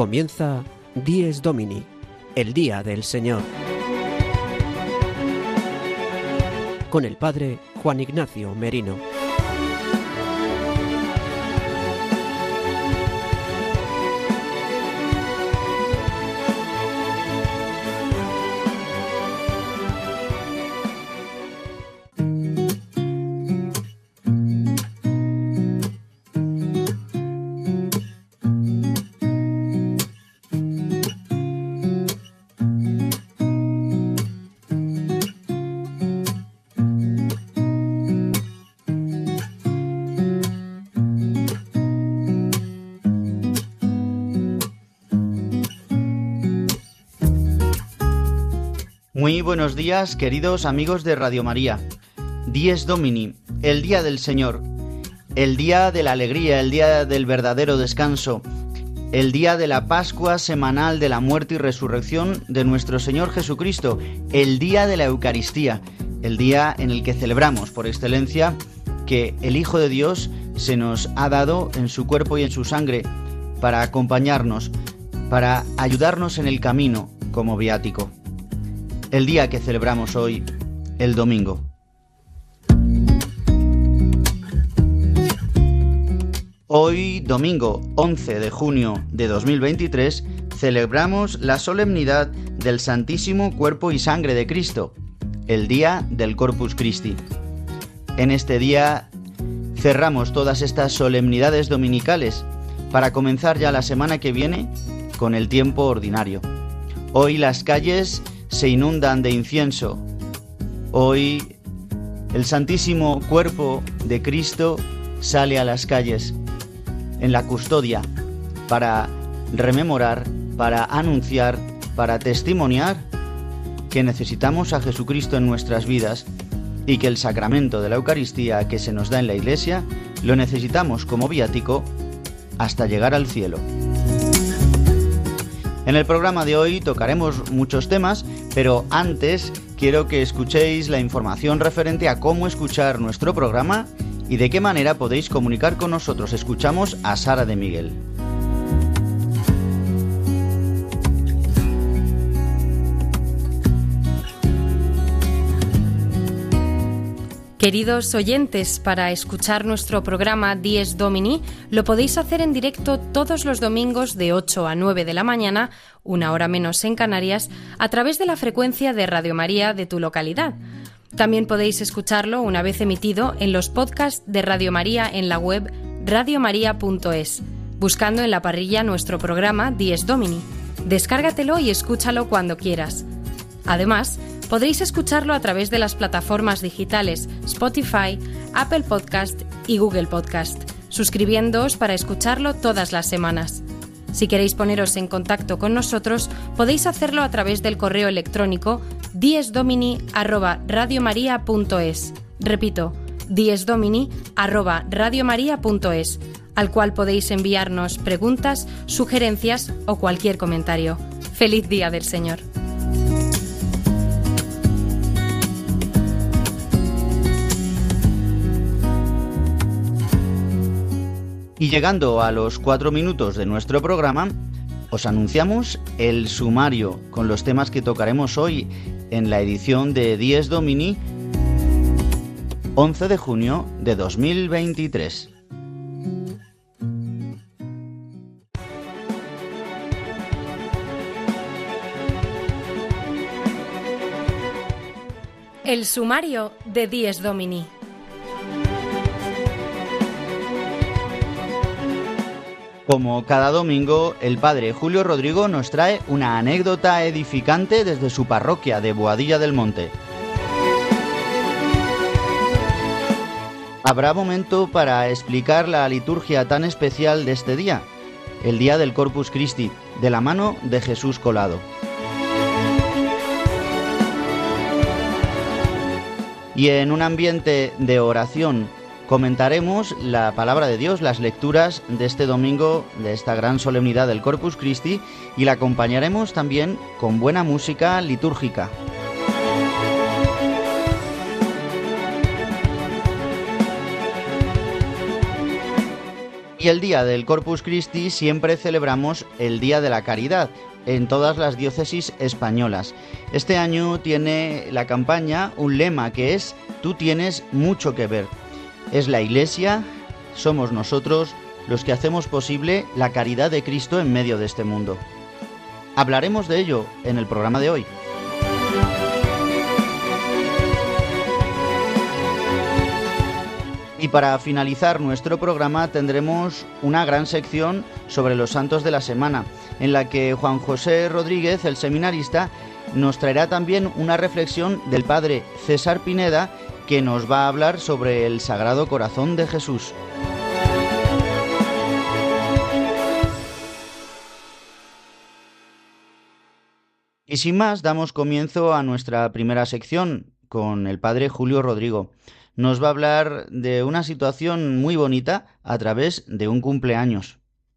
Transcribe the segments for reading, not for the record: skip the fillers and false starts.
Comienza Dies Domini, el Día del Señor, con el Padre Juan Ignacio Merino. Muy buenos días, queridos amigos de Radio María. Dies Domini, el Día del Señor, el día de la alegría, el día del verdadero descanso, el día de la Pascua semanal de la muerte y resurrección de nuestro Señor Jesucristo, el día de la Eucaristía, el día en el que celebramos por excelencia que el Hijo de Dios se nos ha dado en su cuerpo y en su sangre para acompañarnos, para ayudarnos en el camino como viático. El día que celebramos hoy, el domingo. Hoy, domingo 11 de junio de 2023, celebramos la solemnidad del Santísimo Cuerpo y Sangre de Cristo, el día del Corpus Christi. En este día cerramos todas estas solemnidades dominicales para comenzar ya la semana que viene con el tiempo ordinario. Hoy las calles se inundan de incienso. Hoy el Santísimo Cuerpo de Cristo sale a las calles en la custodia para rememorar, para anunciar, para testimoniar que necesitamos a Jesucristo en nuestras vidas y que el sacramento de la Eucaristía que se nos da en la Iglesia lo necesitamos como viático hasta llegar al cielo. En el programa de hoy tocaremos muchos temas, pero antes quiero que escuchéis la información referente a cómo escuchar nuestro programa y de qué manera podéis comunicar con nosotros. Escuchamos a Sara de Miguel. Queridos oyentes, para escuchar nuestro programa Dies Domini lo podéis hacer en directo todos los domingos de 8 a 9 de la mañana, una hora menos en Canarias, a través de la frecuencia de Radio María de tu localidad. También podéis escucharlo una vez emitido en los podcasts de Radio María en la web radiomaria.es, buscando en la parrilla nuestro programa Dies Domini. Descárgatelo y escúchalo cuando quieras. Además, podréis escucharlo a través de las plataformas digitales Spotify, Apple Podcast y Google Podcast, suscribiéndoos para escucharlo todas las semanas. Si queréis poneros en contacto con nosotros, podéis hacerlo a través del correo electrónico diesdomini@radiomaria.es. Repito, diesdomini@radiomaria.es, al cual podéis enviarnos preguntas, sugerencias o cualquier comentario. ¡Feliz Día del Señor! Y llegando a los 4 minutos de nuestro programa, os anunciamos el sumario con los temas que tocaremos hoy en la edición de Dies Domini 11 de junio de 2023. El sumario de Dies Domini. Como cada domingo, el padre Julio Rodrigo nos trae una anécdota edificante desde su parroquia de Boadilla del Monte. Habrá momento para explicar la liturgia tan especial de este día, el día del Corpus Christi, de la mano de Jesús Colado. Y en un ambiente de oración comentaremos la palabra de Dios, las lecturas de este domingo, de esta gran solemnidad del Corpus Christi, y la acompañaremos también con buena música litúrgica. Y el día del Corpus Christi siempre celebramos el Día de la Caridad en todas las diócesis españolas. Este año tiene la campaña un lema que es "Tú tienes mucho que ver". Es la Iglesia, somos nosotros los que hacemos posible la caridad de Cristo en medio de este mundo. Hablaremos de ello en el programa de hoy. Y para finalizar nuestro programa tendremos una gran sección sobre los santos de la semana, en la que Juan José Rodríguez, el seminarista, nos traerá también una reflexión del padre César Pineda, que nos va a hablar sobre el Sagrado Corazón de Jesús. Y sin más, damos comienzo a nuestra primera sección con el padre Julio Rodrigo. Nos va a hablar de una situación muy bonita a través de un cumpleaños.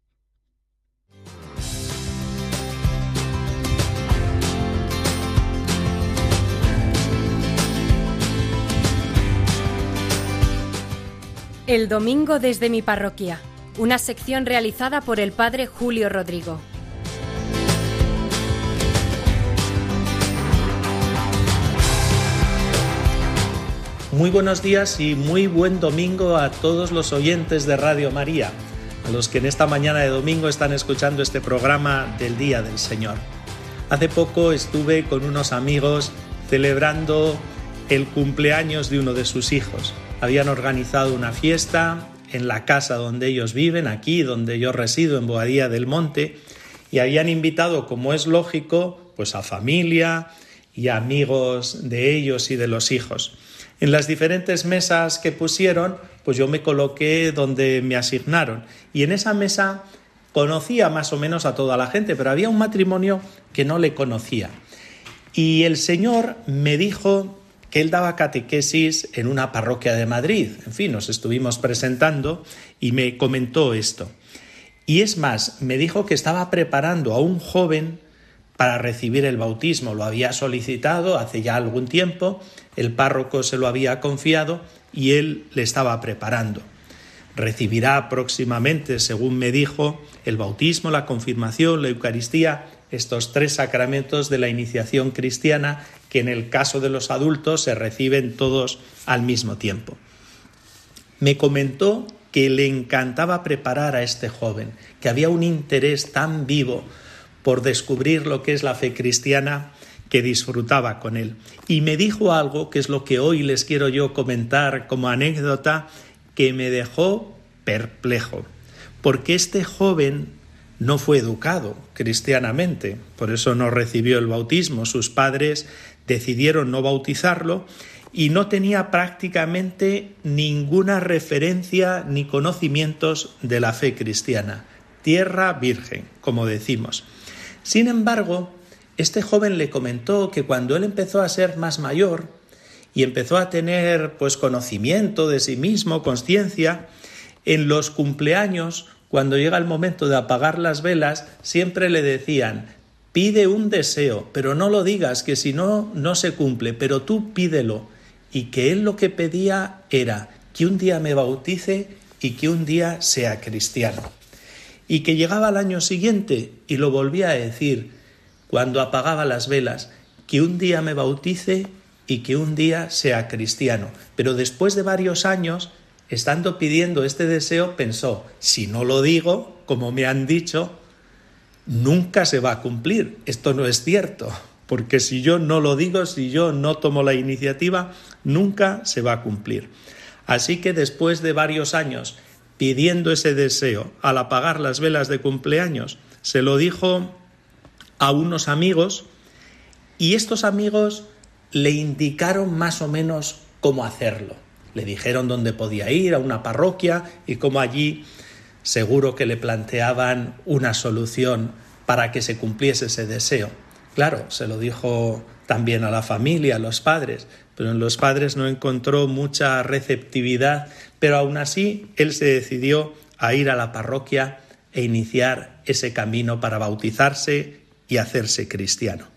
El domingo desde mi parroquia, una sección realizada por el padre Julio Rodrigo. Muy buenos días y muy buen domingo a todos los oyentes de Radio María, a los que en esta mañana de domingo están escuchando este programa del Día del Señor. Hace poco estuve con unos amigos celebrando el cumpleaños de uno de sus hijos. Habían organizado una fiesta en la casa donde ellos viven, aquí donde yo resido, en Boadilla del Monte, y habían invitado, como es lógico, pues a familia y a amigos de ellos y de los hijos. En las diferentes mesas que pusieron, pues yo me coloqué donde me asignaron. Y en esa mesa conocía más o menos a toda la gente, pero había un matrimonio que no le conocía. Y el Señor me dijo que él daba catequesis en una parroquia de Madrid. En fin, nos estuvimos presentando y me comentó esto. Y es más, me dijo que estaba preparando a un joven para recibir el bautismo. Lo había solicitado hace ya algún tiempo, el párroco se lo había confiado y él le estaba preparando. Recibirá próximamente, según me dijo, el bautismo, la confirmación, la Eucaristía, estos 3 sacramentos de la iniciación cristiana que en el caso de los adultos se reciben todos al mismo tiempo. Me comentó que le encantaba preparar a este joven, que había un interés tan vivo por descubrir lo que es la fe cristiana, que disfrutaba con él. Y me dijo algo que es lo que hoy les quiero yo comentar como anécdota, que me dejó perplejo, porque este joven no fue educado cristianamente, por eso no recibió el bautismo. Sus padres decidieron no bautizarlo y no tenía prácticamente ninguna referencia ni conocimientos de la fe cristiana. Tierra virgen, como decimos. Sin embargo, este joven le comentó que cuando él empezó a ser más mayor y empezó a tener pues conocimiento de sí mismo, conciencia, en los cumpleaños, cuando llega el momento de apagar las velas, siempre le decían: pide un deseo, pero no lo digas, que si no, no se cumple, pero tú pídelo. Y que él lo que pedía era que un día me bautice y que un día sea cristiano. Y que llegaba al año siguiente y lo volvía a decir cuando apagaba las velas, que un día me bautice y que un día sea cristiano. Pero después de varios años, estando pidiendo este deseo, pensó: si no lo digo, como me han dicho, nunca se va a cumplir. Esto no es cierto, porque si yo no lo digo, si yo no tomo la iniciativa, nunca se va a cumplir. Así que después de varios años pidiendo ese deseo, al apagar las velas de cumpleaños, se lo dijo a unos amigos, y estos amigos le indicaron más o menos cómo hacerlo. Le dijeron dónde podía ir, a una parroquia, y cómo allí seguro que le planteaban una solución para que se cumpliese ese deseo. Claro, se lo dijo también a la familia, a los padres, pero en los padres no encontró mucha receptividad, pero aún así él se decidió a ir a la parroquia e iniciar ese camino para bautizarse y hacerse cristiano.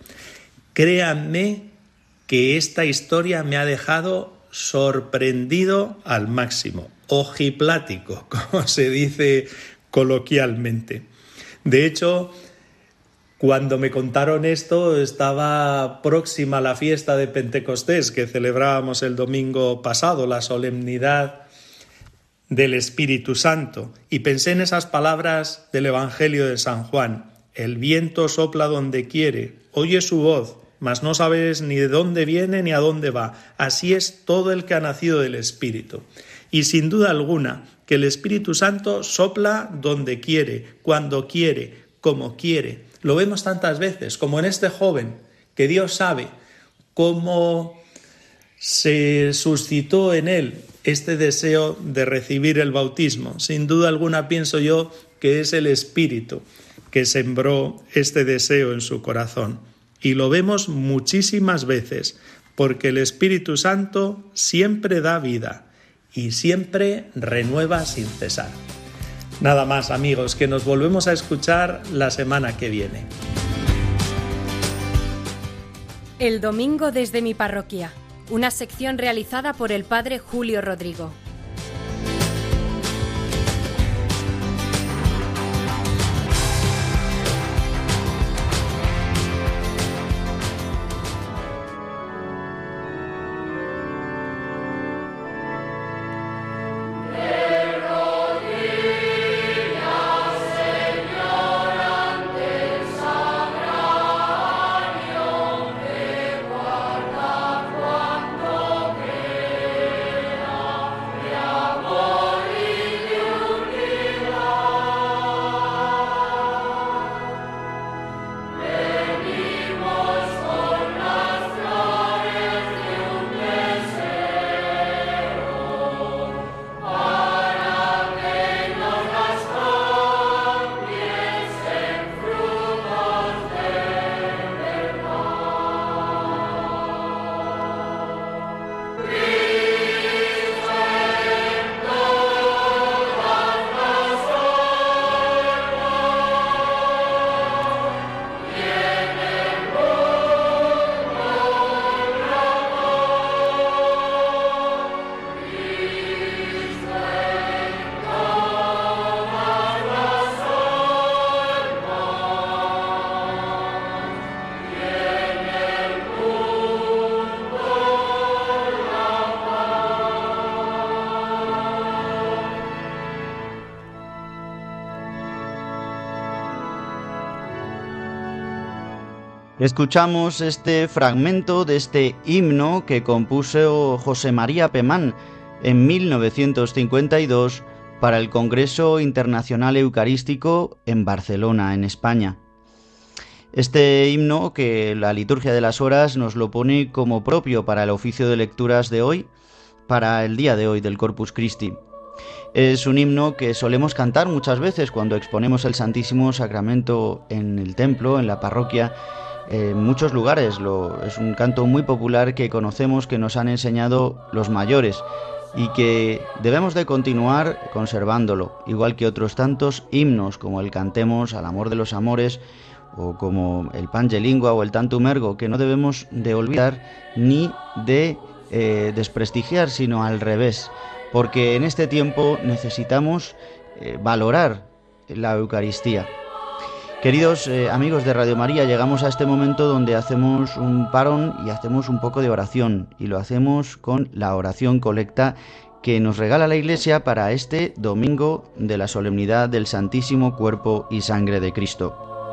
Créanme que esta historia me ha dejado sorprendido al máximo. ojiplático, como se dice coloquialmente. De hecho, cuando me contaron esto, estaba próxima la fiesta de Pentecostés que celebrábamos el domingo pasado, la solemnidad del Espíritu Santo, y pensé en esas palabras del Evangelio de San Juan: el viento sopla donde quiere, oye su voz, mas no sabes ni de dónde viene ni a dónde va. Así es todo el que ha nacido del Espíritu. Y sin duda alguna que el Espíritu Santo sopla donde quiere, cuando quiere, como quiere. Lo vemos tantas veces, como en este joven, que Dios sabe cómo se suscitó en él este deseo de recibir el bautismo. Sin duda alguna pienso yo que es el Espíritu que sembró este deseo en su corazón. Y lo vemos muchísimas veces, porque el Espíritu Santo siempre da vida y siempre renueva sin cesar. Nada más, amigos, que nos volvemos a escuchar la semana que viene. El domingo desde mi parroquia, una sección realizada por el padre Julio Rodrigo. Escuchamos este fragmento de este himno que compuso José María Pemán en 1952 para el Congreso Internacional Eucarístico en Barcelona, en España. Este himno, que la Liturgia de las Horas nos lo pone como propio para el oficio de lecturas de hoy, para el día de hoy del Corpus Christi. Es un himno que solemos cantar muchas veces cuando exponemos el Santísimo Sacramento en el templo, en la parroquia, en muchos lugares. Es un canto muy popular que conocemos, que nos han enseñado los mayores y que debemos de continuar conservándolo, igual que otros tantos himnos como el Cantemos al amor de los amores o como el Pange Lingua o el Tantum Ergo, que no debemos de olvidar ni de desprestigiar, sino al revés, porque en este tiempo necesitamos valorar la Eucaristía. Queridos amigos de Radio María, llegamos a este momento donde hacemos un parón y hacemos un poco de oración, y lo hacemos con la oración colecta que nos regala la Iglesia para este domingo de la solemnidad del Santísimo Cuerpo y Sangre de Cristo.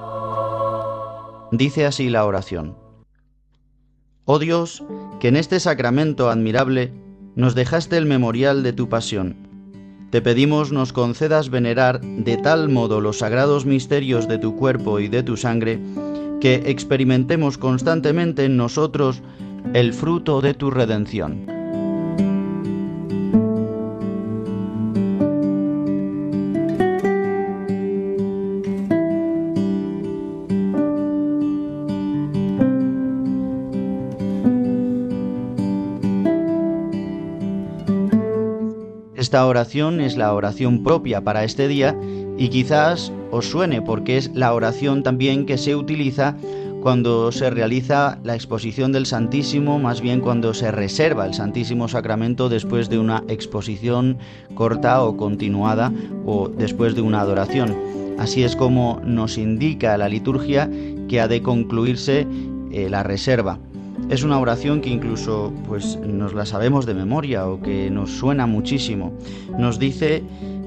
Dice así la oración: Oh Dios, que en este sacramento admirable nos dejaste el memorial de tu pasión, te pedimos nos concedas venerar de tal modo los sagrados misterios de tu cuerpo y de tu sangre, que experimentemos constantemente en nosotros el fruto de tu redención. Esta oración es la oración propia para este día y quizás os suene porque es la oración también que se utiliza cuando se realiza la exposición del Santísimo, más bien cuando se reserva el Santísimo Sacramento después de una exposición corta o continuada o después de una adoración. Así es como nos indica la liturgia que ha de concluirse la reserva. Es una oración que incluso pues nos la sabemos de memoria o que nos suena muchísimo. Nos dice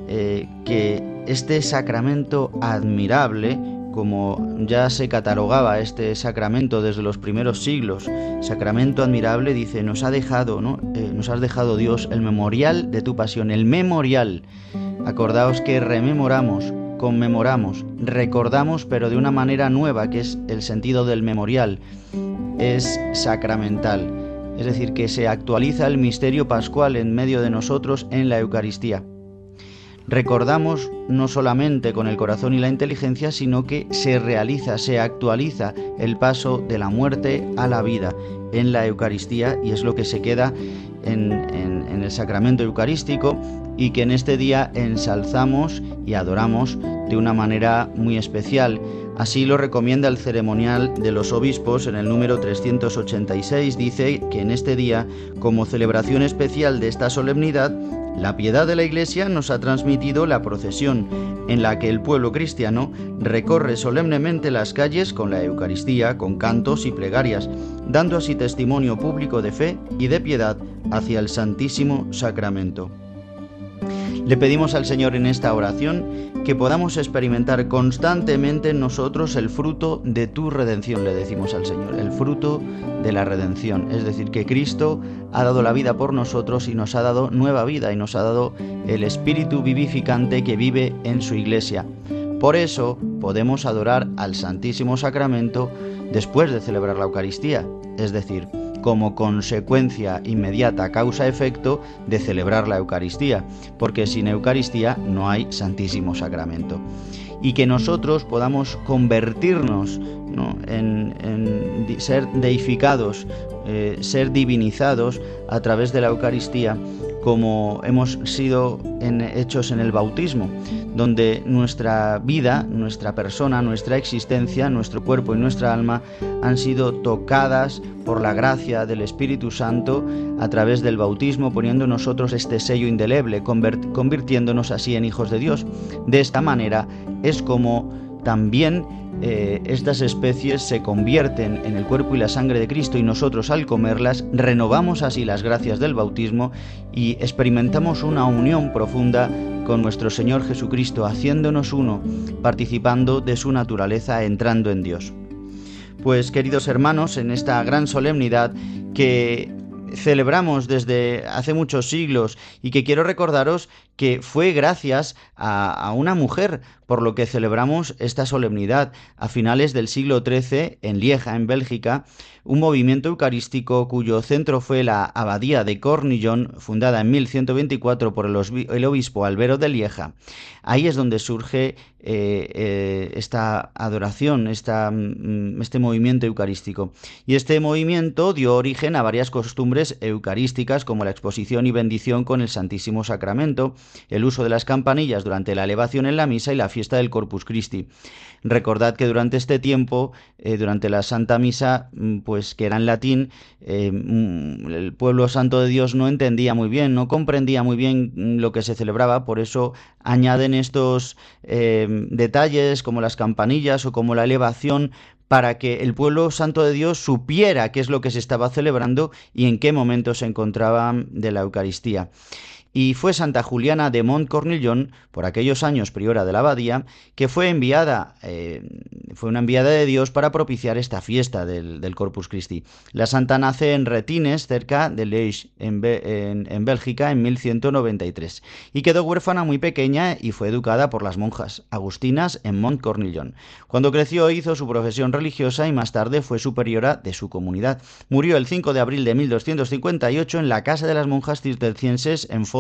que este sacramento admirable, como ya se catalogaba este sacramento desde los primeros siglos, sacramento admirable, dice, nos ha dejado, ¿no? Nos has dejado, Dios, el memorial de tu pasión, el memorial. Acordaos que rememoramos, conmemoramos, recordamos, pero de una manera nueva, que es el sentido del memorial, es sacramental, es decir, que se actualiza el misterio pascual en medio de nosotros en la Eucaristía. Recordamos no solamente con el corazón y la inteligencia, sino que se realiza, se actualiza el paso de la muerte a la vida en la Eucaristía, y es lo que se queda en el sacramento eucarístico, y que en este día ensalzamos y adoramos de una manera muy especial. Así lo recomienda el ceremonial de los obispos en el número 386. Dice que en este día, como celebración especial de esta solemnidad, la piedad de la Iglesia nos ha transmitido la procesión en la que el pueblo cristiano recorre solemnemente las calles con la Eucaristía, con cantos y plegarias, dando así testimonio público de fe y de piedad hacia el Santísimo Sacramento. Le pedimos al Señor en esta oración que podamos experimentar constantemente en nosotros el fruto de tu redención, le decimos al Señor, el fruto de la redención, es decir, que Cristo ha dado la vida por nosotros y nos ha dado nueva vida y nos ha dado el Espíritu vivificante que vive en su Iglesia. Por eso podemos adorar al Santísimo Sacramento después de celebrar la Eucaristía, es decir, como consecuencia inmediata, causa-efecto de celebrar la Eucaristía, porque sin Eucaristía no hay Santísimo Sacramento. Y que nosotros podamos convertirnos, ¿no?, en ser deificados, ser divinizados a través de la Eucaristía, como hemos sido hechos en el bautismo, donde nuestra vida, nuestra persona, nuestra existencia, nuestro cuerpo y nuestra alma han sido tocadas por la gracia del Espíritu Santo a través del bautismo, poniendo en nosotros este sello indeleble, convirtiéndonos así en hijos de Dios. De esta manera es como también estas especies se convierten en el cuerpo y la sangre de Cristo, y nosotros al comerlas renovamos así las gracias del bautismo y experimentamos una unión profunda con nuestro Señor Jesucristo, haciéndonos uno, participando de su naturaleza, entrando en Dios. Pues, queridos hermanos, en esta gran solemnidad que celebramos desde hace muchos siglos y que quiero recordaros que fue gracias a una mujer por lo que celebramos esta solemnidad. A finales del siglo XIII, en Lieja, en Bélgica, un movimiento eucarístico cuyo centro fue la abadía de Cornillon, fundada en 1124 por el obispo Albero de Lieja. Ahí es donde surge esta adoración, este movimiento eucarístico. Y este movimiento dio origen a varias costumbres eucarísticas, como la exposición y bendición con el Santísimo Sacramento, el uso de las campanillas durante la elevación en la misa y la fiesta del Corpus Christi. Recordad que durante este tiempo, durante la Santa Misa, pues que era en latín, el pueblo santo de Dios no entendía muy bien, no comprendía muy bien lo que se celebraba, por eso añaden estos detalles como las campanillas o como la elevación, para que el pueblo santo de Dios supiera qué es lo que se estaba celebrando y en qué momento se encontraban de la Eucaristía. Y fue Santa Juliana de Montcornillon, por aquellos años priora de la abadía, que fue una enviada de Dios para propiciar esta fiesta del Corpus Christi. La santa nace en Retines, cerca de Liege, en Bélgica, en 1193, y quedó huérfana muy pequeña y fue educada por las monjas agustinas en Montcornillon. Cuando creció hizo su profesión religiosa y más tarde fue superiora de su comunidad. Murió el 5 de abril de 1258 en la casa de las monjas cistercienses en Fossa,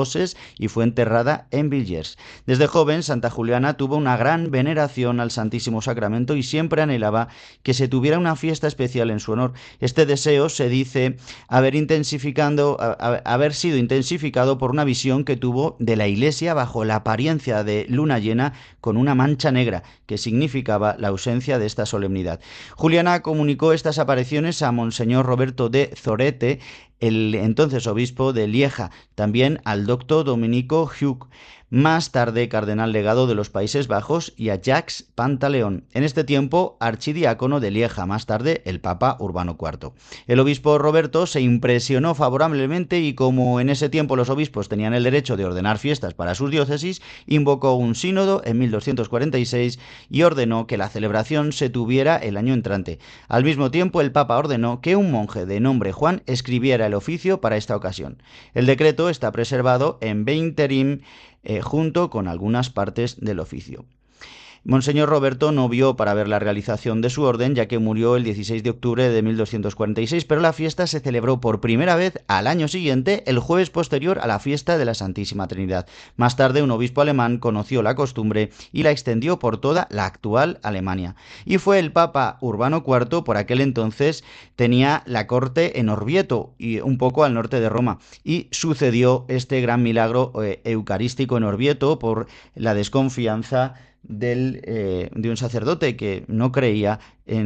Bosses y fue enterrada en Villiers. Desde joven, Santa Juliana tuvo una gran veneración al Santísimo Sacramento y siempre anhelaba que se tuviera una fiesta especial en su honor. Este deseo se dice haber sido intensificado por una visión que tuvo de la Iglesia bajo la apariencia de luna llena con una mancha negra, que significaba la ausencia de esta solemnidad. Juliana comunicó estas apariciones a Monseñor Roberto de Zorete, el entonces obispo de Lieja, también al doctor Domenico Hugh, más tarde cardenal legado de los Países Bajos, y a Jacques Pantaleón, en este tiempo archidiácono de Lieja, más tarde el Papa Urbano IV. El obispo Roberto se impresionó favorablemente y, como en ese tiempo los obispos tenían el derecho de ordenar fiestas para sus diócesis, invocó un sínodo en 1246 y ordenó que la celebración se tuviera el año entrante. Al mismo tiempo, el Papa ordenó que un monje de nombre Juan escribiera el oficio para esta ocasión. El decreto está preservado en Beinterim, junto con algunas partes del oficio. Monseñor Roberto no vio para ver la realización de su orden, ya que murió el 16 de octubre de 1246, pero la fiesta se celebró por primera vez al año siguiente, el jueves posterior a la fiesta de la Santísima Trinidad. Más tarde, un obispo alemán conoció la costumbre y la extendió por toda la actual Alemania. Y fue el Papa Urbano IV, por aquel entonces tenía la corte en Orvieto, y un poco al norte de Roma, y sucedió este gran milagro eucarístico en Orvieto por la desconfianza de un sacerdote que no creía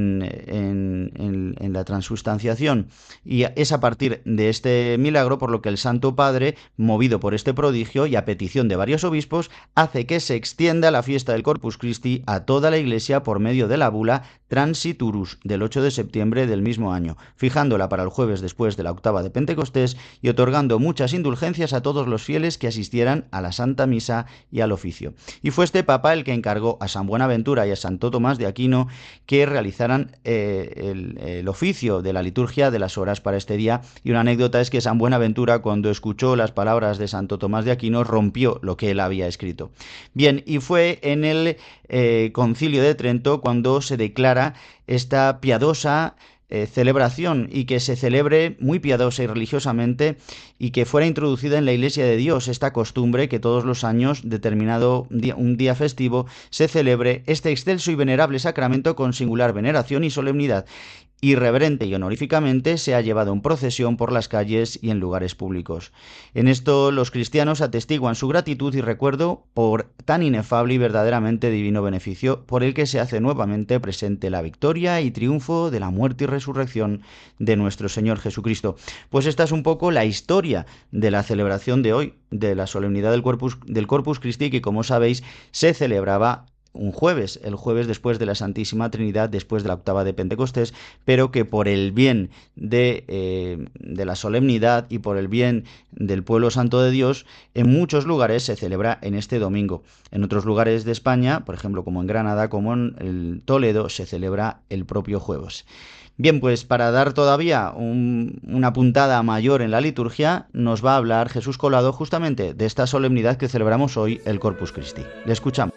en la transustanciación, y es a partir de este milagro por lo que el Santo Padre, movido por este prodigio y a petición de varios obispos, hace que se extienda la fiesta del Corpus Christi a toda la Iglesia por medio de la bula Transiturus del 8 de septiembre del mismo año, fijándola para el jueves después de la octava de Pentecostés y otorgando muchas indulgencias a todos los fieles que asistieran a la Santa Misa y al oficio. Y fue este Papa el que encargó a San Buenaventura y a Santo Tomás de Aquino que realizaran el oficio de la liturgia de las horas para este día. Y una anécdota es que San Buenaventura, cuando escuchó las palabras de Santo Tomás de Aquino, rompió lo que él había escrito. Bien, y fue en el Concilio de Trento cuando se declara esta piadosa celebración, y que se celebre muy piadosa y religiosamente, y que fuera introducida en la Iglesia de Dios esta costumbre que todos los años, determinado un día festivo, se celebre este excelso y venerable sacramento con singular veneración y solemnidad. Irreverente y honoríficamente se ha llevado en procesión por las calles y en lugares públicos. En esto los cristianos atestiguan su gratitud y recuerdo por tan inefable y verdaderamente divino beneficio por el que se hace nuevamente presente la victoria y triunfo de la muerte y resurrección de nuestro Señor Jesucristo. Pues esta es un poco la historia de la celebración de hoy, de la solemnidad del Corpus Christi, que, como sabéis, se celebraba el jueves después de la Santísima Trinidad, después de la octava de Pentecostés, pero que por el bien de la solemnidad y por el bien del pueblo santo de Dios, en muchos lugares se celebra en este domingo. En otros lugares de España, por ejemplo como en Granada, como en el Toledo, se celebra el propio jueves. Bien, pues para dar todavía una puntada mayor en la liturgia, nos va a hablar Jesús Colado justamente de esta solemnidad que celebramos hoy, el Corpus Christi. Le escuchamos.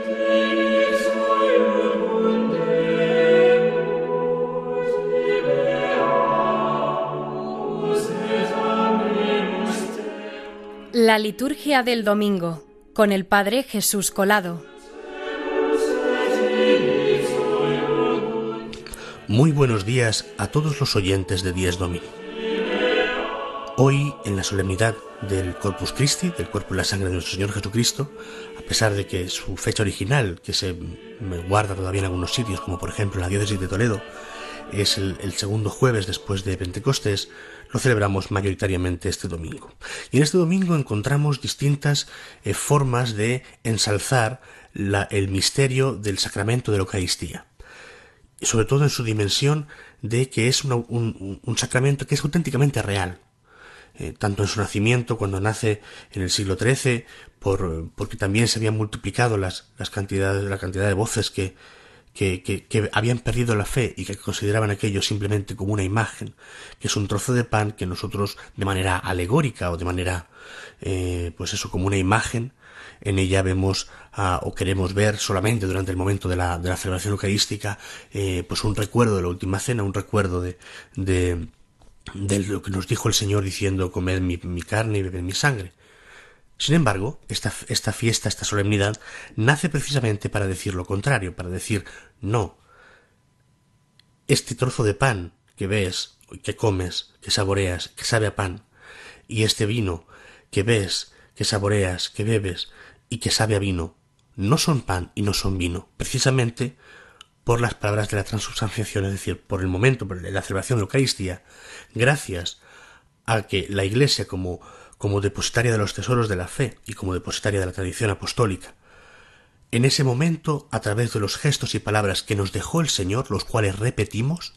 La liturgia del domingo, con el Padre Jesús Colado. Muy buenos días a todos los oyentes de Dies Domini. Hoy, en la solemnidad del Corpus Christi, del cuerpo y la sangre de nuestro Señor Jesucristo, a pesar de que su fecha original, que se guarda todavía en algunos sitios, como por ejemplo en la diócesis de Toledo, es el segundo jueves después de Pentecostés, lo celebramos mayoritariamente este domingo. Y en este domingo encontramos distintas formas de ensalzar el misterio del sacramento de la Eucaristía, y sobre todo en su dimensión de que es un sacramento que es auténticamente real, tanto en su nacimiento, cuando nace en el siglo XIII, porque también se habían multiplicado la cantidad de voces que habían perdido la fe y que consideraban aquello simplemente como una imagen, que es un trozo de pan que nosotros, de manera alegórica o de manera, como una imagen, en ella vemos o queremos ver solamente durante el momento de la celebración eucarística, un recuerdo de la última cena, un recuerdo de lo que nos dijo el Señor diciendo: comed mi carne y bebed mi sangre. Sin embargo, esta fiesta, esta solemnidad, nace precisamente para decir lo contrario, para decir, no, este trozo de pan que ves, que comes, que saboreas, que sabe a pan, y este vino que ves, que saboreas, que bebes y que sabe a vino, no son pan y no son vino, precisamente por las palabras de la transubstanciación, es decir, por el momento, por la celebración de la Eucaristía, gracias a que la Iglesia como depositaria de los tesoros de la fe y como depositaria de la tradición apostólica, en ese momento, a través de los gestos y palabras que nos dejó el Señor, los cuales repetimos,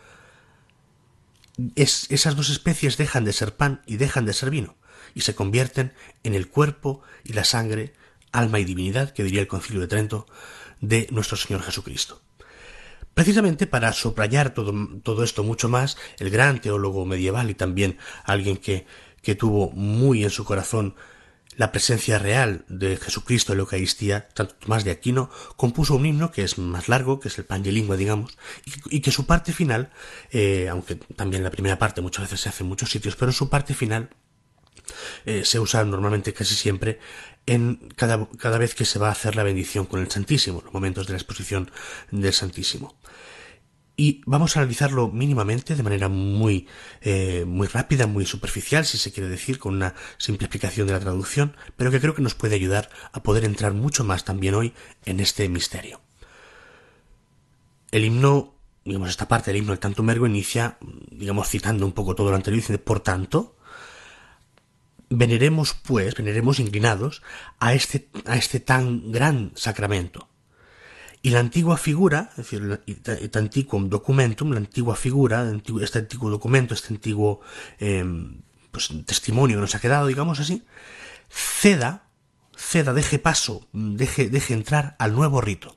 esas dos especies dejan de ser pan y dejan de ser vino, y se convierten en el cuerpo y la sangre, alma y divinidad, que diría el Concilio de Trento, de nuestro Señor Jesucristo. Precisamente para subrayar todo esto mucho más, el gran teólogo medieval y también alguien que tuvo muy en su corazón la presencia real de Jesucristo en la Eucaristía, Santo Tomás de Aquino, compuso un himno que es más largo, que es el Pange Lingua, digamos, y que su parte final, aunque también la primera parte muchas veces se hace en muchos sitios, pero su parte final se usa normalmente casi siempre en cada vez que se va a hacer la bendición con el Santísimo, los momentos de la exposición del Santísimo. Y vamos a analizarlo mínimamente, de manera muy rápida, muy superficial, si se quiere decir, con una simple explicación de la traducción, pero que creo que nos puede ayudar a poder entrar mucho más también hoy en este misterio. El himno, digamos, esta parte del himno, el Tantum Ergo, inicia, digamos, citando un poco todo lo anterior, dice, por tanto, veneremos inclinados a este tan gran sacramento. Y la antigua figura, es decir, et antiquum documentum, la antigua figura, este antiguo documento, este antiguo testimonio que nos ha quedado, digamos así, deje paso, deje entrar al nuevo rito.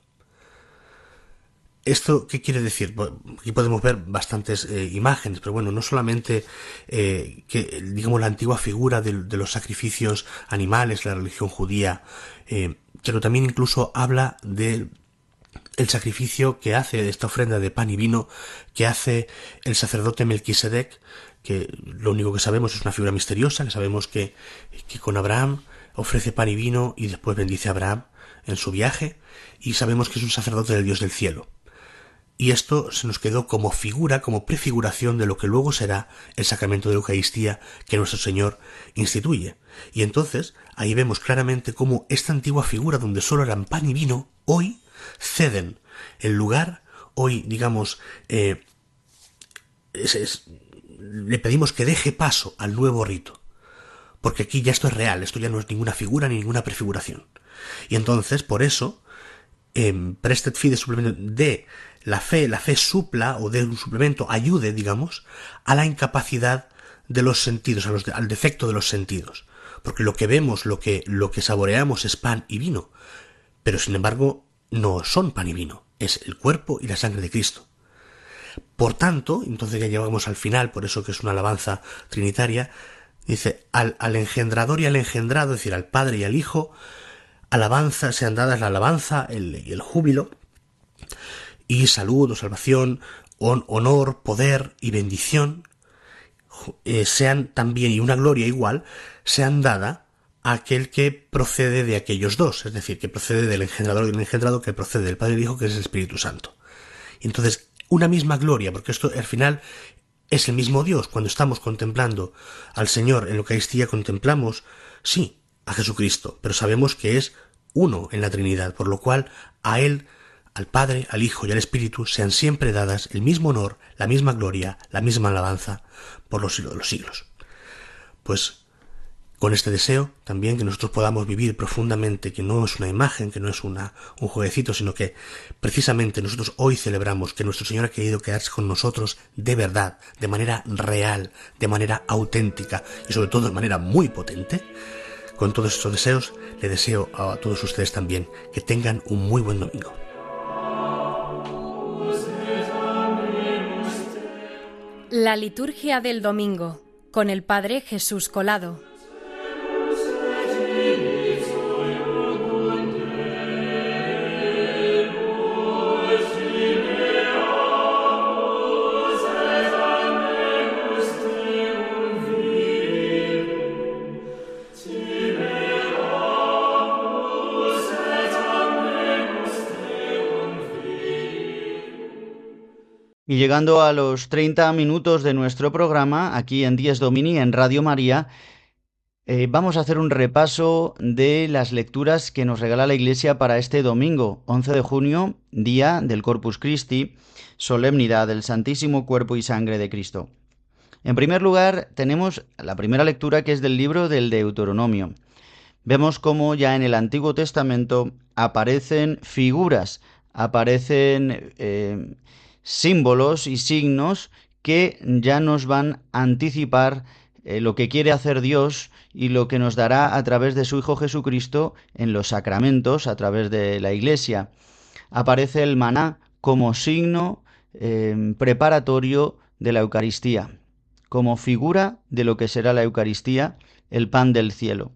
¿Esto qué quiere decir? Aquí podemos ver bastantes imágenes, pero bueno, no solamente digamos la antigua figura de los sacrificios animales, la religión judía, pero también incluso habla del sacrificio que hace, esta ofrenda de pan y vino que hace el sacerdote Melquisedec, que lo único que sabemos es una figura misteriosa, que sabemos que con Abraham ofrece pan y vino y después bendice a Abraham en su viaje, y sabemos que es un sacerdote del Dios del cielo. Y esto se nos quedó como figura, como prefiguración de lo que luego será el sacramento de la Eucaristía que nuestro Señor instituye. Y entonces ahí vemos claramente cómo esta antigua figura donde solo eran pan y vino, hoy ceden el lugar, hoy digamos le pedimos que deje paso al nuevo rito, porque aquí ya esto es real, esto ya no es ninguna figura ni ninguna prefiguración. Y entonces por eso prestet fide suplemento de la fe supla o de un suplemento ayude, digamos, a la incapacidad de los sentidos, al defecto de los sentidos, porque lo que vemos, lo que saboreamos es pan y vino, pero sin embargo no son pan y vino, es el cuerpo y la sangre de Cristo. Por tanto, entonces ya llegamos al final, por eso que es una alabanza trinitaria, dice, al engendrador y al engendrado, es decir, al Padre y al Hijo, alabanza, sean dadas la alabanza y el júbilo, y salud o salvación, honor, poder y bendición, sean también, y una gloria igual, sean dada a aquel que procede de aquellos dos, es decir, que procede del engendrador y del engendrado, que procede del Padre y del Hijo, que es el Espíritu Santo. Y entonces, una misma gloria, porque esto al final es el mismo Dios. Cuando estamos contemplando al Señor en la Eucaristía, contemplamos, sí, a Jesucristo, pero sabemos que es uno en la Trinidad, por lo cual a Él, al Padre, al Hijo y al Espíritu sean siempre dadas el mismo honor, la misma gloria, la misma alabanza por los siglos de los siglos. Pues con este deseo también que nosotros podamos vivir profundamente, que no es una imagen, que no es un jueguecito, sino que precisamente nosotros hoy celebramos que nuestro Señor ha querido quedarse con nosotros de verdad, de manera real, de manera auténtica y sobre todo de manera muy potente. Con todos estos deseos, le deseo a todos ustedes también que tengan un muy buen domingo. La liturgia del domingo, con el Padre Jesús Colado. Amen. Y llegando a los 30 minutos de nuestro programa, aquí en Dies Domini, en Radio María, vamos a hacer un repaso de las lecturas que nos regala la Iglesia para este domingo, 11 de junio, día del Corpus Christi, solemnidad del Santísimo Cuerpo y Sangre de Cristo. En primer lugar, tenemos la primera lectura, que es del libro del Deuteronomio. Vemos cómo ya en el Antiguo Testamento aparecen figuras, aparecen símbolos y signos que ya nos van a anticipar lo que quiere hacer Dios y lo que nos dará a través de su Hijo Jesucristo en los sacramentos, a través de la Iglesia. Aparece el maná como signo preparatorio de la Eucaristía, como figura de lo que será la Eucaristía, el pan del cielo.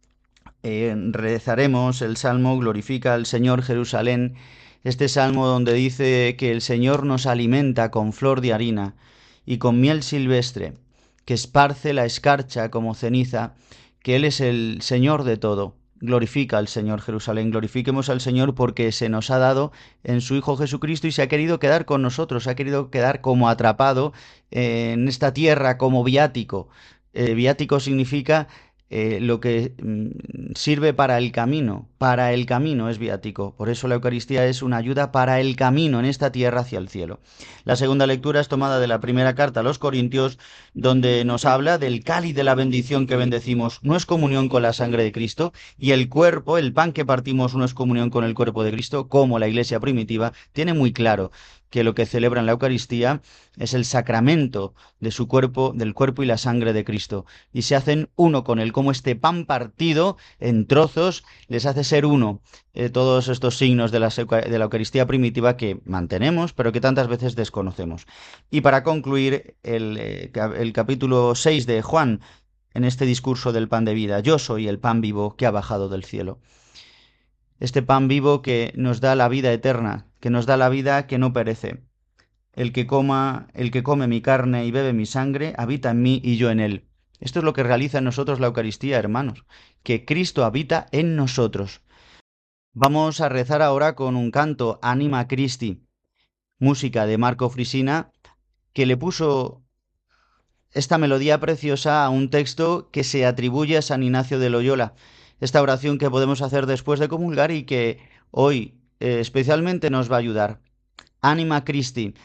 Rezaremos el Salmo Glorifica al Señor Jerusalén, este salmo donde dice que el Señor nos alimenta con flor de harina y con miel silvestre, que esparce la escarcha como ceniza, que Él es el Señor de todo. Glorifica al Señor Jerusalén, glorifiquemos al Señor porque se nos ha dado en su Hijo Jesucristo y se ha querido quedar con nosotros, se ha querido quedar como atrapado en esta tierra como viático. Viático significa lo que sirve para el camino es viático. Por eso la Eucaristía es una ayuda para el camino en esta tierra hacia el cielo. La segunda lectura es tomada de la primera carta a los Corintios, donde nos habla del cáliz de la bendición que bendecimos. No es comunión con la sangre de Cristo, y el cuerpo, el pan que partimos, no es comunión con el cuerpo de Cristo, como la Iglesia primitiva tiene muy claro que lo que celebra en la Eucaristía es el sacramento de su cuerpo, del cuerpo y la sangre de Cristo, y se hacen uno con él, como este pan partido en trozos les hace ser uno. Todos estos signos de la Eucaristía primitiva que mantenemos, pero que tantas veces desconocemos. Y para concluir, el capítulo 6 de Juan, en este discurso del pan de vida: yo soy el pan vivo que ha bajado del cielo. Este pan vivo que nos da la vida eterna, que nos da la vida que no perece. El que come mi carne y bebe mi sangre, habita en mí y yo en él. Esto es lo que realiza en nosotros la Eucaristía, hermanos, que Cristo habita en nosotros. Vamos a rezar ahora con un canto, Anima Christi, música de Marco Frisina, que le puso esta melodía preciosa a un texto que se atribuye a San Ignacio de Loyola. Esta oración que podemos hacer después de comulgar y que hoy especialmente nos va a ayudar. Anima Christi,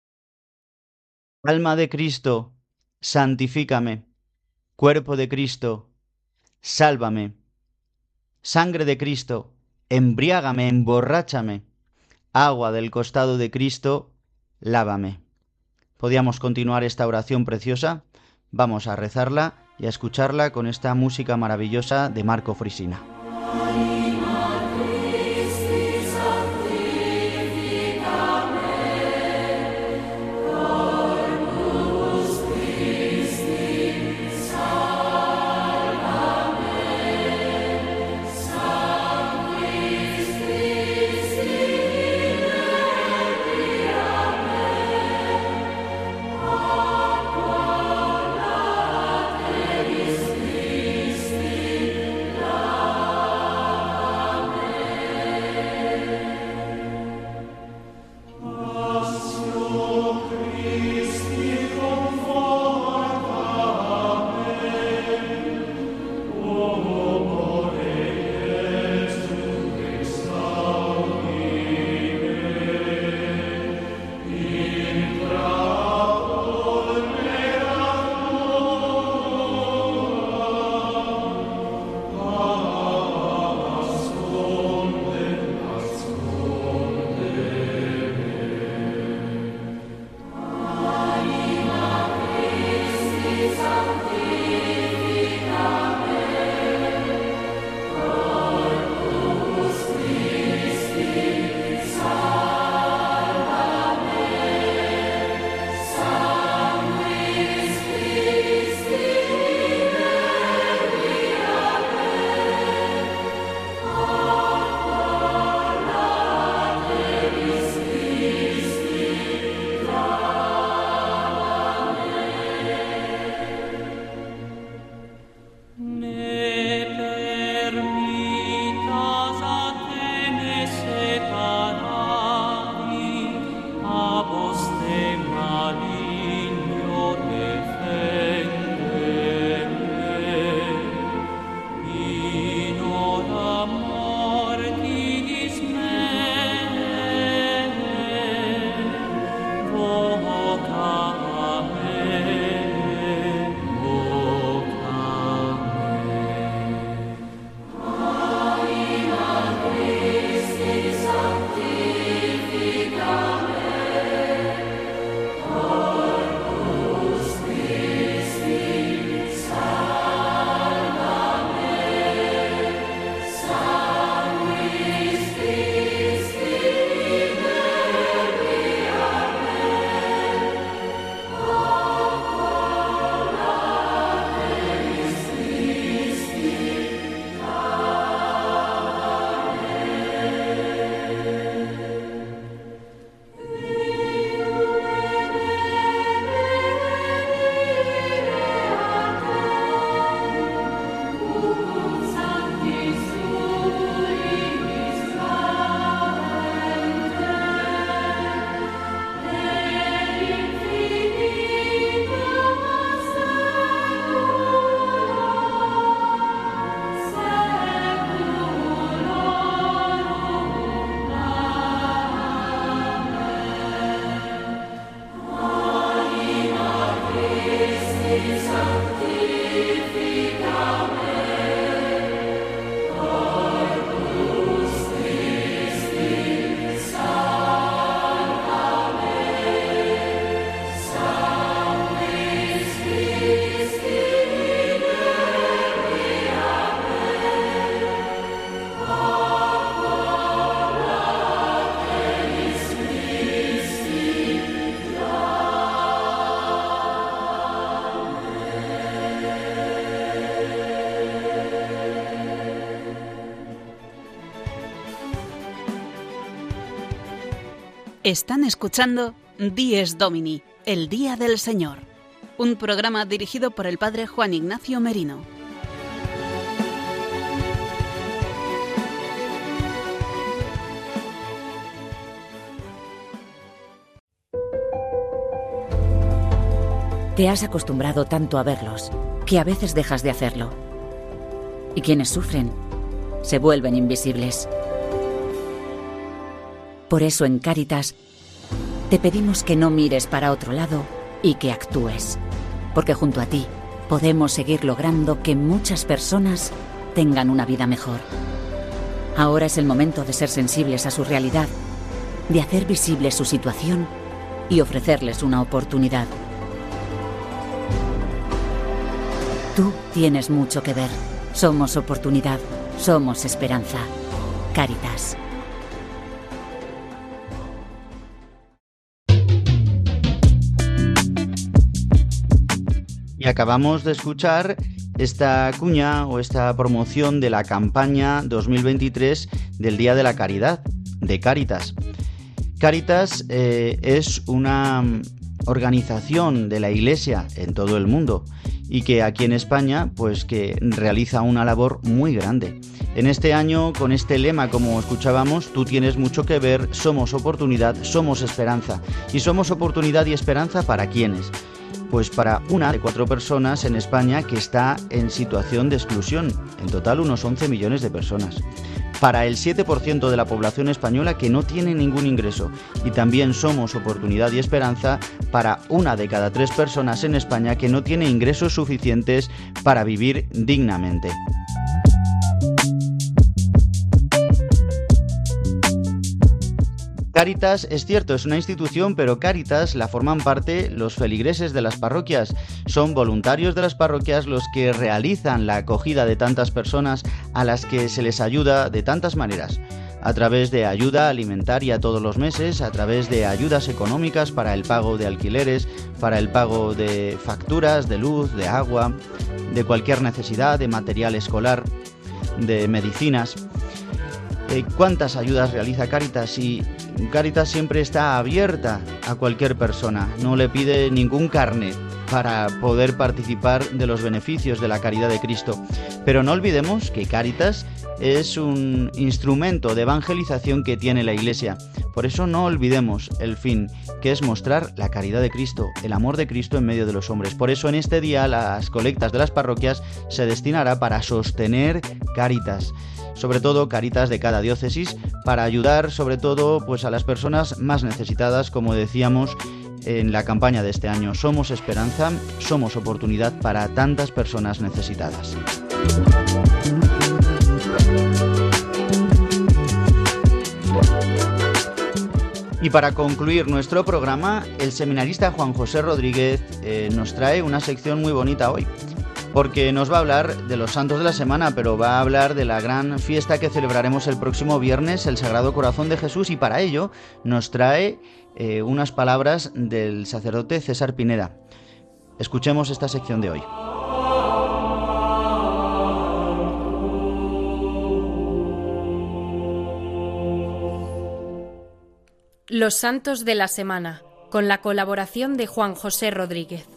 alma de Cristo, santifícame. Cuerpo de Cristo, sálvame. Sangre de Cristo, embriágame, emborráchame. Agua del costado de Cristo, lávame. ¿Podíamos continuar esta oración preciosa? Vamos a rezarla y a escucharla con esta música maravillosa de Marco Frisina. Están escuchando Dies Domini, el Día del Señor, un programa dirigido por el Padre Juan Ignacio Merino. Te has acostumbrado tanto a verlos que a veces dejas de hacerlo. Y quienes sufren se vuelven invisibles. Por eso en Cáritas te pedimos que no mires para otro lado y que actúes, porque junto a ti podemos seguir logrando que muchas personas tengan una vida mejor. Ahora es el momento de ser sensibles a su realidad, de hacer visible su situación y ofrecerles una oportunidad. Tú tienes mucho que ver. Somos oportunidad, somos esperanza. Cáritas. Y acabamos de escuchar esta cuña o esta promoción de la campaña 2023 del Día de la Caridad, de Cáritas. Cáritas es una organización de la Iglesia en todo el mundo y que aquí en España pues que realiza una labor muy grande. En este año, con este lema, como escuchábamos, tú tienes mucho que ver, somos oportunidad, somos esperanza. ¿Y somos oportunidad y esperanza para quiénes? Pues para una de 4 personas en España que está en situación de exclusión, en total unos 11 millones de personas. Para el 7% de la población española que no tiene ningún ingreso. Y también somos oportunidad y esperanza para una de cada 3 personas en España que no tiene ingresos suficientes para vivir dignamente. Cáritas, es cierto, es una institución, pero Cáritas la forman parte los feligreses de las parroquias. Son voluntarios de las parroquias los que realizan la acogida de tantas personas a las que se les ayuda de tantas maneras. A través de ayuda alimentaria todos los meses, a través de ayudas económicas para el pago de alquileres, para el pago de facturas, de luz, de agua, de cualquier necesidad, de material escolar, de medicinas. ¿Cuántas ayudas realiza Cáritas? Y Cáritas siempre está abierta a cualquier persona, no le pide ningún carnet para poder participar de los beneficios de la caridad de Cristo. Pero no olvidemos que Cáritas es un instrumento de evangelización que tiene la Iglesia. Por eso no olvidemos el fin, que es mostrar la caridad de Cristo, el amor de Cristo en medio de los hombres. Por eso en este día las colectas de las parroquias se destinará para sostener Cáritas, sobre todo Cáritas de cada diócesis, para ayudar sobre todo pues a las personas más necesitadas, como decíamos en la campaña de este año. Somos esperanza, somos oportunidad para tantas personas necesitadas. Y para concluir nuestro programa, el seminarista Juan José Rodríguez nos trae una sección muy bonita hoy, porque nos va a hablar de los santos de la semana, pero va a hablar de la gran fiesta que celebraremos el próximo viernes, el Sagrado Corazón de Jesús, y para ello nos trae unas palabras del sacerdote César Pineda. Escuchemos esta sección de hoy. Los santos de la semana, con la colaboración de Juan José Rodríguez.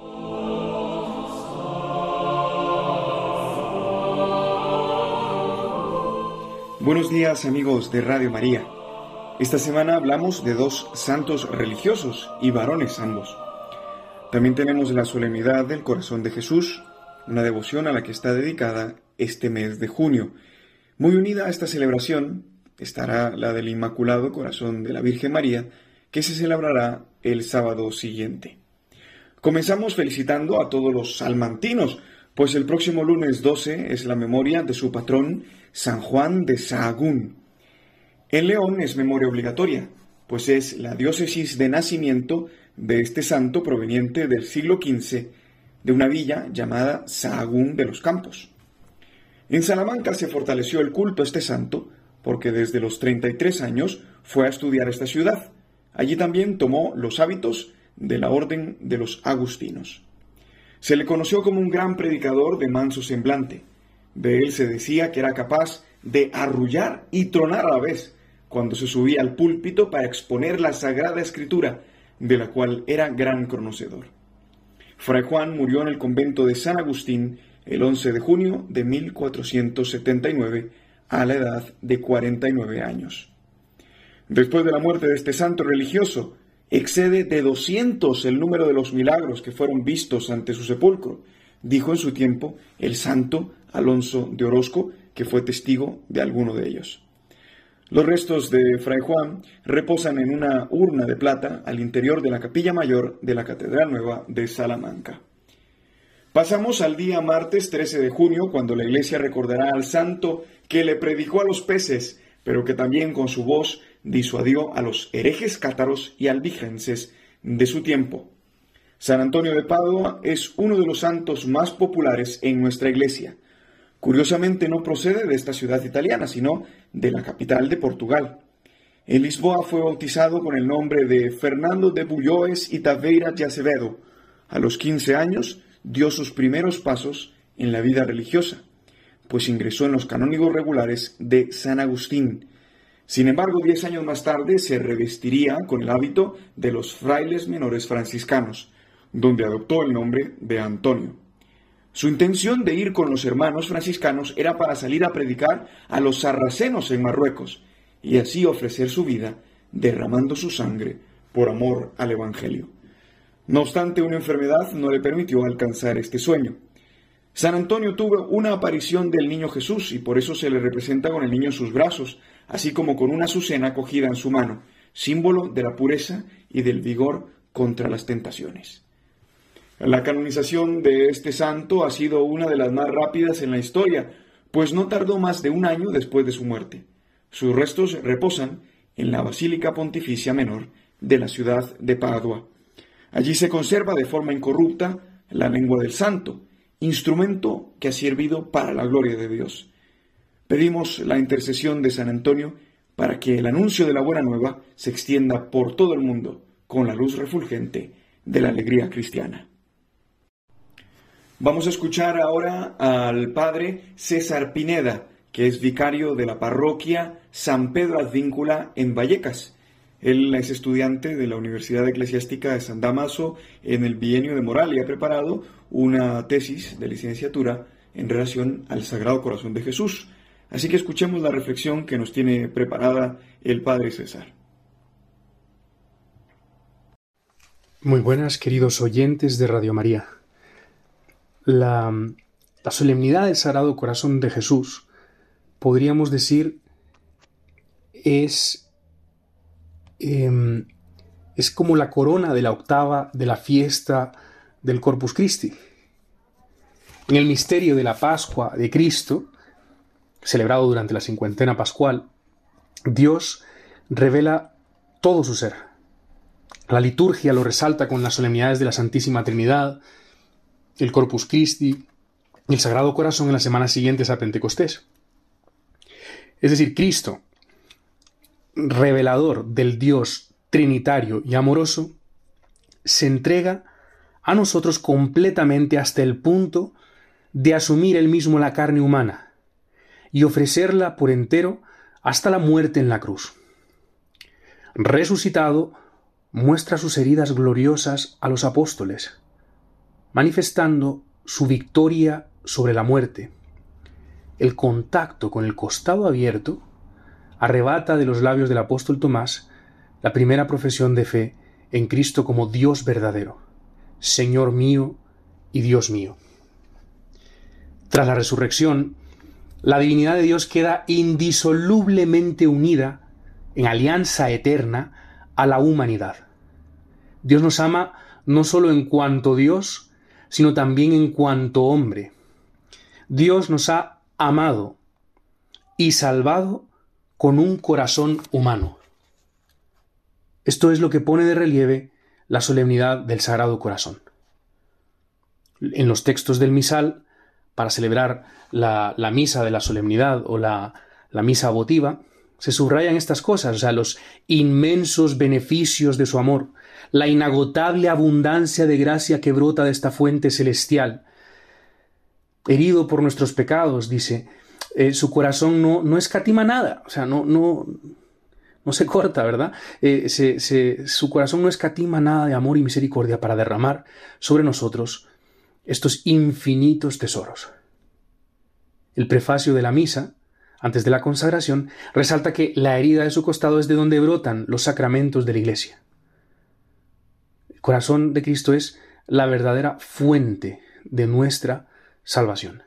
Buenos días, amigos de Radio María. Esta semana hablamos de 2 santos religiosos y varones ambos. También tenemos la solemnidad del Corazón de Jesús, una devoción a la que está dedicada este mes de junio. Muy unida a esta celebración estará la del Inmaculado Corazón de la Virgen María, que se celebrará el sábado siguiente. Comenzamos felicitando a todos los salmantinos, pues el próximo lunes 12 es la memoria de su patrón, San Juan de Sahagún. En León es memoria obligatoria, pues es la diócesis de nacimiento de este santo proveniente del siglo XV, de una villa llamada Sahagún de los Campos. En Salamanca se fortaleció el culto a este santo, porque desde los 33 años fue a estudiar esta ciudad. Allí también tomó los hábitos de la orden de los agustinos. Se le conoció como un gran predicador de manso semblante. De él se decía que era capaz de arrullar y tronar a la vez cuando se subía al púlpito para exponer la Sagrada Escritura, de la cual era gran conocedor. Fray Juan murió en el convento de San Agustín el 11 de junio de 1479 a la edad de 49 años. Después de la muerte de este santo religioso, excede de 200 el número de los milagros que fueron vistos ante su sepulcro, dijo en su tiempo el santo Alonso de Orozco, que fue testigo de alguno de ellos. Los restos de Fray Juan reposan en una urna de plata al interior de la capilla mayor de la Catedral Nueva de Salamanca. Pasamos al día martes 13 de junio, cuando la Iglesia recordará al santo que le predicó a los peces, pero que también con su voz disuadió a los herejes cátaros y albigenses de su tiempo. San Antonio de Padua es uno de los santos más populares en nuestra Iglesia. Curiosamente no procede de esta ciudad italiana, sino de la capital de Portugal. En Lisboa fue bautizado con el nombre de Fernando de Bulloes y Taveira de Acevedo. A los 15 años dio sus primeros pasos en la vida religiosa, pues ingresó en los canónigos regulares de San Agustín. Sin embargo, 10 años más tarde se revestiría con el hábito de los frailes menores franciscanos, donde adoptó el nombre de Antonio. Su intención de ir con los hermanos franciscanos era para salir a predicar a los sarracenos en Marruecos y así ofrecer su vida derramando su sangre por amor al Evangelio. No obstante, una enfermedad no le permitió alcanzar este sueño. San Antonio tuvo una aparición del niño Jesús y por eso se le representa con el niño en sus brazos, así como con una azucena cogida en su mano, símbolo de la pureza y del vigor contra las tentaciones. La canonización de este santo ha sido una de las más rápidas en la historia, pues no tardó más de un año después de su muerte. Sus restos reposan en la Basílica Pontificia Menor de la ciudad de Padua. Allí se conserva de forma incorrupta la lengua del santo, instrumento que ha servido para la gloria de Dios. Pedimos la intercesión de San Antonio para que el anuncio de la buena nueva se extienda por todo el mundo con la luz refulgente de la alegría cristiana. Vamos a escuchar ahora al padre César Pineda, que es vicario de la parroquia San Pedro Advíncula en Vallecas. Él es estudiante de la Universidad Eclesiástica de San Damaso en el bienio de Moral y ha preparado una tesis de licenciatura en relación al Sagrado Corazón de Jesús. Así que escuchemos la reflexión que nos tiene preparada el padre César. Muy buenas, queridos oyentes de Radio María. La solemnidad del Sagrado Corazón de Jesús, podríamos decir, es como la corona de la octava de la fiesta del Corpus Christi. En el misterio de la Pascua de Cristo, celebrado durante la cincuentena pascual, Dios revela todo su ser. La liturgia lo resalta con las solemnidades de la Santísima Trinidad, el Corpus Christi y el Sagrado Corazón en las semanas siguientes a Pentecostés. Es decir, Cristo, revelador del Dios trinitario y amoroso, se entrega a nosotros completamente hasta el punto de asumir él mismo la carne humana y ofrecerla por entero hasta la muerte en la cruz. Resucitado, muestra sus heridas gloriosas a los apóstoles, manifestando su victoria sobre la muerte. El contacto con el costado abierto arrebata de los labios del apóstol Tomás la primera profesión de fe en Cristo como Dios verdadero, Señor mío y Dios mío. Tras la resurrección, la divinidad de Dios queda indisolublemente unida en alianza eterna a la humanidad. Dios nos ama no solo en cuanto Dios, sino también en cuanto hombre. Dios nos ha amado y salvado con un corazón humano. Esto es lo que pone de relieve la solemnidad del Sagrado Corazón. En los textos del misal, para celebrar la misa de la solemnidad o la misa votiva, se subrayan estas cosas, o sea, los inmensos beneficios de su amor, la inagotable abundancia de gracia que brota de esta fuente celestial. Herido por nuestros pecados, dice, su corazón no escatima nada, o sea, no se corta, ¿verdad? Su corazón no escatima nada de amor y misericordia para derramar sobre nosotros estos infinitos tesoros. El prefacio de la misa, antes de la consagración, resalta que la herida de su costado es de donde brotan los sacramentos de la Iglesia. El corazón de Cristo es la verdadera fuente de nuestra salvación.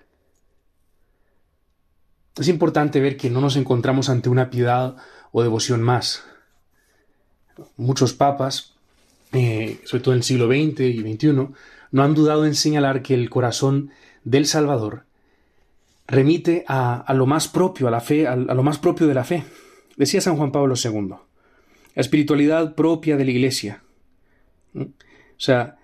Es importante ver que no nos encontramos ante una piedad o devoción más. Muchos papas, sobre todo en el siglo XX y XXI, no han dudado en señalar que el corazón del Salvador remite a lo más propio, a la fe, a lo más propio de la fe. Decía San Juan Pablo II, la espiritualidad propia de la Iglesia. O sea,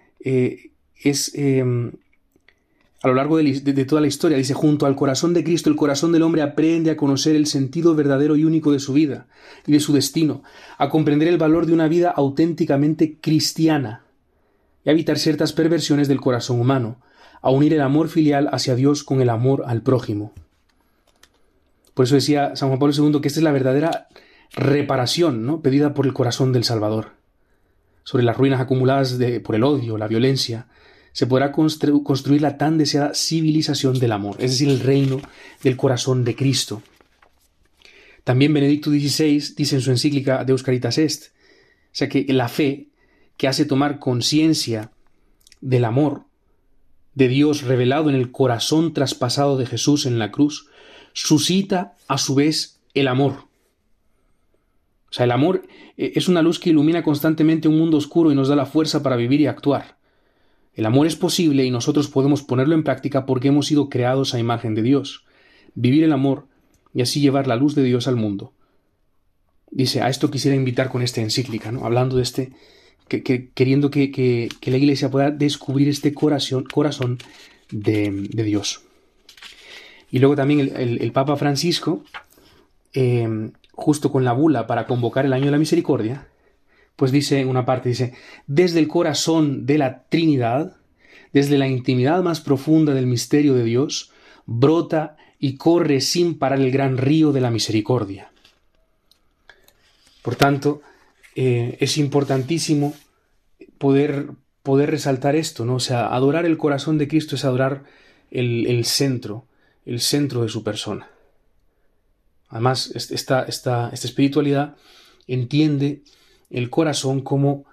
a lo largo de toda la historia, dice, junto al corazón de Cristo, el corazón del hombre aprende a conocer el sentido verdadero y único de su vida y de su destino, a comprender el valor de una vida auténticamente cristiana y a evitar ciertas perversiones del corazón humano, a unir el amor filial hacia Dios con el amor al prójimo. Por eso decía San Juan Pablo II que esta es la verdadera reparación, ¿no?, pedida por el corazón del Salvador. Sobre las ruinas acumuladas por el odio, la violencia, se podrá construir la tan deseada civilización del amor, es decir, el reino del corazón de Cristo. También Benedicto XVI dice en su encíclica Deus Caritas Est, o sea, que la fe que hace tomar conciencia del amor de Dios revelado en el corazón traspasado de Jesús en la cruz, suscita a su vez el amor. O sea, el amor es una luz que ilumina constantemente un mundo oscuro y nos da la fuerza para vivir y actuar. El amor es posible y nosotros podemos ponerlo en práctica porque hemos sido creados a imagen de Dios. Vivir el amor y así llevar la luz de Dios al mundo. Dice, a esto quisiera invitar con esta encíclica, ¿no?, hablando de queriendo que la Iglesia pueda descubrir este corazón de Dios. Y luego también el Papa Francisco, justo con la bula para convocar el año de la misericordia, pues dice en una parte, dice, desde el corazón de la Trinidad, desde la intimidad más profunda del misterio de Dios, brota y corre sin parar el gran río de la misericordia. Por tanto, es importantísimo poder resaltar esto, ¿no? O sea, adorar el corazón de Cristo es adorar el centro de su persona. Además, esta espiritualidad entiende el corazón como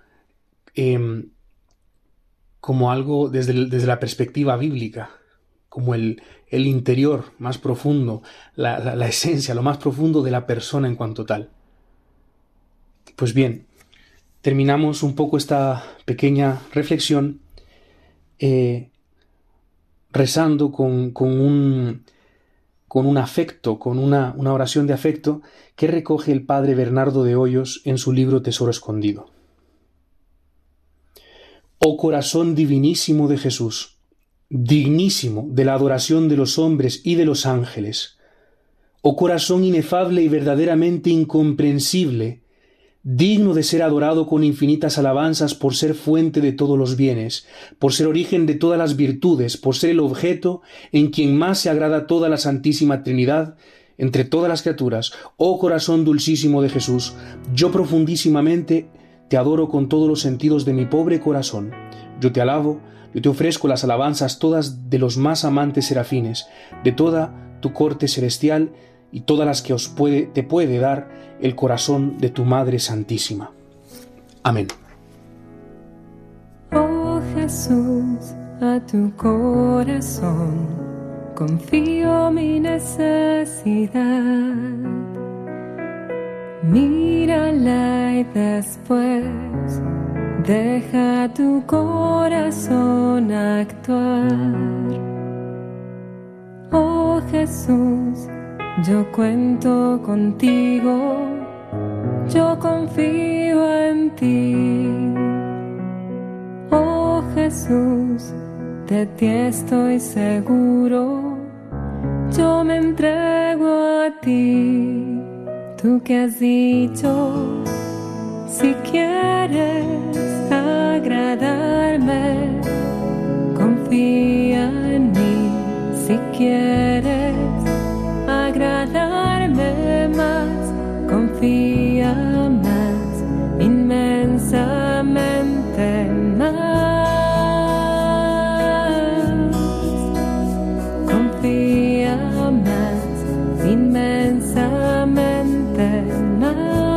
algo desde la perspectiva bíblica, como el interior más profundo, la esencia, lo más profundo de la persona en cuanto tal. Pues bien, terminamos un poco esta pequeña reflexión rezando con un afecto, con una oración de afecto que recoge el padre Bernardo de Hoyos en su libro Tesoro Escondido. Oh corazón divinísimo de Jesús, dignísimo de la adoración de los hombres y de los ángeles, oh corazón inefable y verdaderamente incomprensible, digno de ser adorado con infinitas alabanzas por ser fuente de todos los bienes, por ser origen de todas las virtudes, por ser el objeto en quien más se agrada toda la Santísima Trinidad entre todas las criaturas, oh corazón dulcísimo de Jesús, yo profundísimamente te adoro con todos los sentidos de mi pobre corazón. Yo te alabo, yo te ofrezco las alabanzas todas de los más amantes serafines, de toda tu corte celestial y todas las que te puede dar el corazón de tu Madre Santísima. Amén. Oh Jesús, a tu corazón confío mi necesidad. Mírala y después deja tu corazón actuar. Oh Jesús, yo cuento contigo, yo confío en ti. Oh Jesús, de ti estoy seguro, yo me entrego a ti. Tú que has dicho, si quieres agradarme, confía en mí. Si quieres agradarme más, confía más, inmensamente más. Confía más, inmensamente más.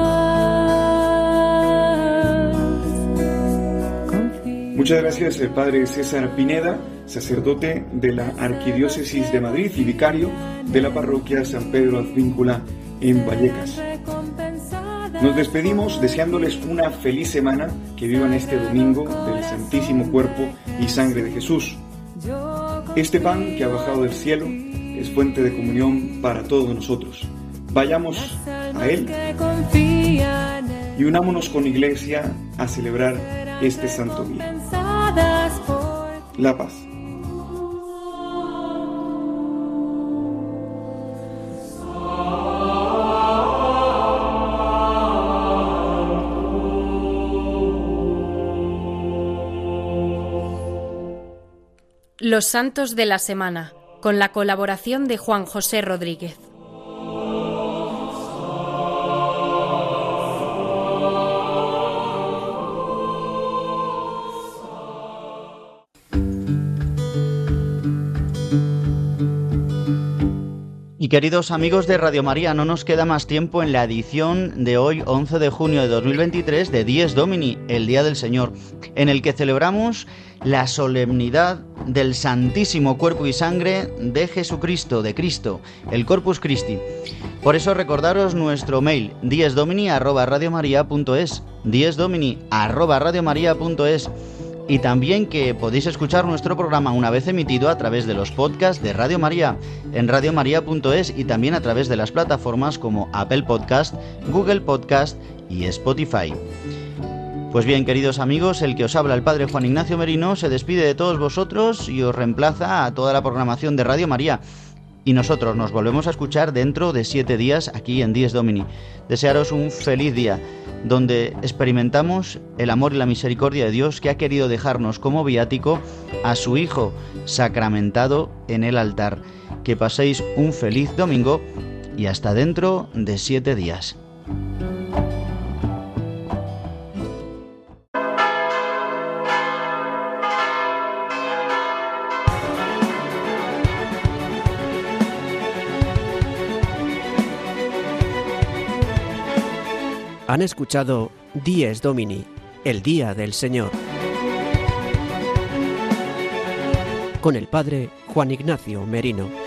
Muchas gracias, el Padre César Pineda, sacerdote de la Arquidiócesis de Madrid y vicario de la parroquia San Pedro Advíncula en Vallecas. Nos despedimos deseándoles una feliz semana, que vivan este domingo del Santísimo Cuerpo y Sangre de Jesús. Este pan que ha bajado del cielo es fuente de comunión para todos nosotros. Vayamos a Él y unámonos con Iglesia a celebrar este santo día. La paz. Los santos de la semana, con la colaboración de Juan José Rodríguez. Y queridos amigos de Radio María, no nos queda más tiempo en la edición de hoy, 11 de junio de 2023, de Dies Domini, el Día del Señor, en el que celebramos la solemnidad del Santísimo Cuerpo y Sangre de Jesucristo, de Cristo, el Corpus Christi. Por eso recordaros nuestro mail, diesdomini@radiomaria.es, diesdomini@radiomaria.es. Y también que podéis escuchar nuestro programa una vez emitido a través de los podcasts de Radio María en radiomaria.es y también a través de las plataformas como Apple Podcast, Google Podcast y Spotify. Pues bien, queridos amigos, el que os habla, el Padre Juan Ignacio Merino, se despide de todos vosotros y os reemplaza a toda la programación de Radio María. Y nosotros nos volvemos a escuchar dentro de 7 días aquí en Dies Domini. Desearos un feliz día, donde experimentamos el amor y la misericordia de Dios, que ha querido dejarnos como viático a su Hijo sacramentado en el altar. Que paséis un feliz domingo y hasta dentro de 7 días. Han escuchado Dies Domini, el Día del Señor, con el Padre Juan Ignacio Merino.